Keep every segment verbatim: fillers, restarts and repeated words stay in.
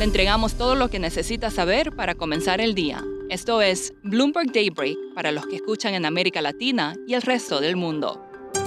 Le entregamos todo lo que necesita saber para comenzar el día. Esto es Bloomberg Daybreak para los que escuchan en América Latina y el resto del mundo.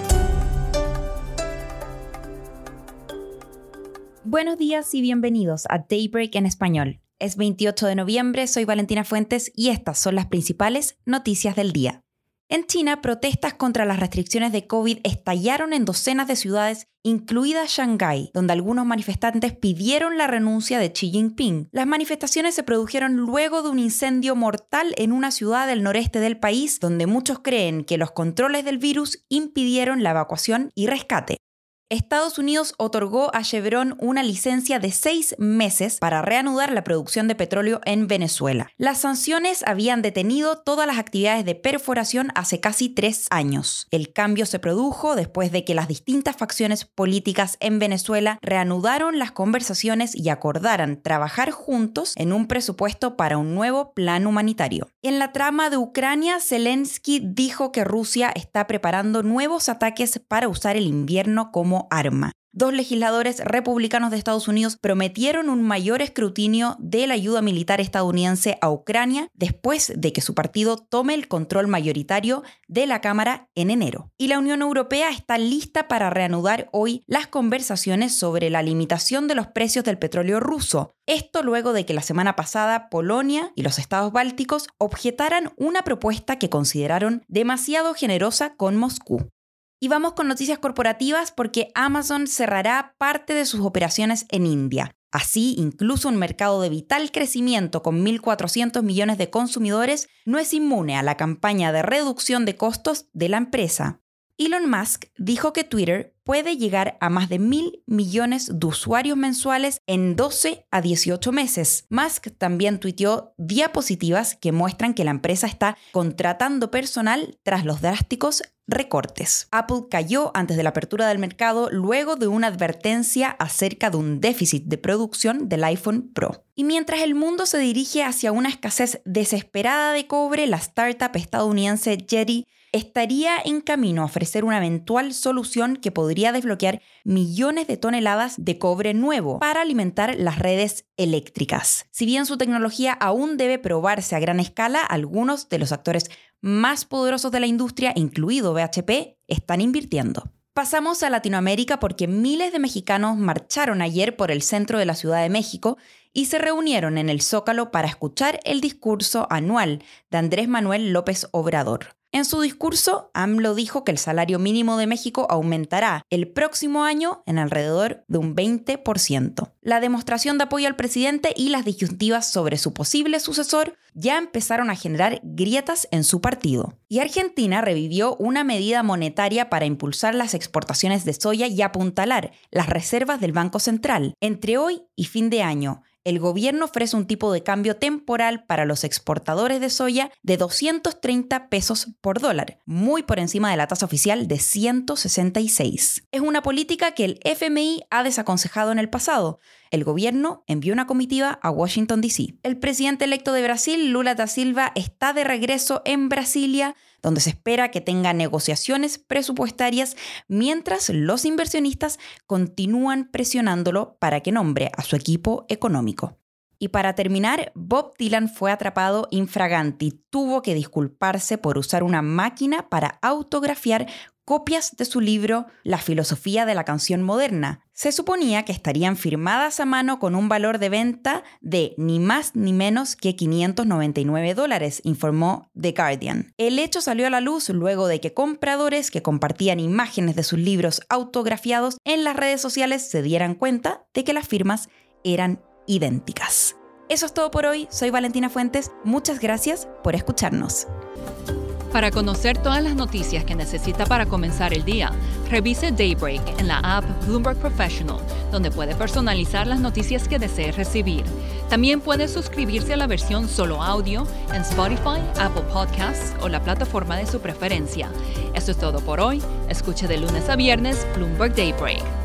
Buenos días y bienvenidos a Daybreak en español. Es veintiocho de noviembre, soy Valentina Fuentes y estas son las principales noticias del día. En China, protestas contra las restricciones de COVID estallaron en docenas de ciudades, incluida Shanghái, donde algunos manifestantes pidieron la renuncia de Xi Jinping. Las manifestaciones se produjeron luego de un incendio mortal en una ciudad del noreste del país, donde muchos creen que los controles del virus impidieron la evacuación y rescate. Estados Unidos otorgó a Chevron una licencia de seis meses para reanudar la producción de petróleo en Venezuela. Las sanciones habían detenido todas las actividades de perforación hace casi tres años. El cambio se produjo después de que las distintas facciones políticas en Venezuela reanudaron las conversaciones y acordaran trabajar juntos en un presupuesto para un nuevo plan humanitario. En la trama de Ucrania, Zelensky dijo que Rusia está preparando nuevos ataques para usar el invierno como arma. Dos legisladores republicanos de Estados Unidos prometieron un mayor escrutinio de la ayuda militar estadounidense a Ucrania después de que su partido tome el control mayoritario de la Cámara en enero. Y la Unión Europea está lista para reanudar hoy las conversaciones sobre la limitación de los precios del petróleo ruso. Esto luego de que la semana pasada Polonia y los estados bálticos objetaran una propuesta que consideraron demasiado generosa con Moscú. Y vamos con noticias corporativas porque Amazon cerrará parte de sus operaciones en India. Así, incluso un mercado de vital crecimiento con mil cuatrocientos millones de consumidores no es inmune a la campaña de reducción de costos de la empresa. Elon Musk dijo que Twitter puede llegar a más de mil millones de usuarios mensuales en doce a dieciocho meses. Musk también tuiteó diapositivas que muestran que la empresa está contratando personal tras los drásticos recortes. Apple cayó antes de la apertura del mercado luego de una advertencia acerca de un déficit de producción del iPhone Pro. Y mientras el mundo se dirige hacia una escasez desesperada de cobre, la startup estadounidense Yeti estaría en camino a ofrecer una eventual solución que podría desbloquear millones de toneladas de cobre nuevo para alimentar las redes eléctricas. Si bien su tecnología aún debe probarse a gran escala, algunos de los actores más poderosos de la industria, incluido B H P, están invirtiendo. Pasamos a Latinoamérica porque miles de mexicanos marcharon ayer por el centro de la Ciudad de México y se reunieron en el Zócalo para escuchar el discurso anual de Andrés Manuel López Obrador. En su discurso, AMLO dijo que el salario mínimo de México aumentará el próximo año en alrededor de un veinte por ciento. La demostración de apoyo al presidente y las disyuntivas sobre su posible sucesor ya empezaron a generar grietas en su partido. Y Argentina revivió una medida monetaria para impulsar las exportaciones de soya y apuntalar las reservas del Banco Central. Entre hoy y fin de año, el gobierno ofrece un tipo de cambio temporal para los exportadores de soya de doscientos treinta pesos por dólar, muy por encima de la tasa oficial de ciento sesenta y seis. Es una política que el F M I ha desaconsejado en el pasado. El gobierno envió una comitiva a Washington, D C. El presidente electo de Brasil, Lula da Silva, está de regreso en Brasilia, donde se espera que tenga negociaciones presupuestarias mientras los inversionistas continúan presionándolo para que nombre a su equipo económico. Y para terminar, Bob Dylan fue atrapado infraganti. Tuvo que disculparse por usar una máquina para autografiar copias de su libro La filosofía de la canción moderna. Se suponía que estarían firmadas a mano con un valor de venta de ni más ni menos que quinientos noventa y nueve dólares, informó The Guardian. El hecho salió a la luz luego de que compradores que compartían imágenes de sus libros autografiados en las redes sociales se dieran cuenta de que las firmas eran idénticas. Eso es todo por hoy. Soy Valentina Fuentes. Muchas gracias por escucharnos. Para conocer todas las noticias que necesita para comenzar el día, revise Daybreak en la app Bloomberg Professional, donde puede personalizar las noticias que desee recibir. También puede suscribirse a la versión solo audio en Spotify, Apple Podcasts o la plataforma de su preferencia. Eso es todo por hoy. Escuche de lunes a viernes Bloomberg Daybreak.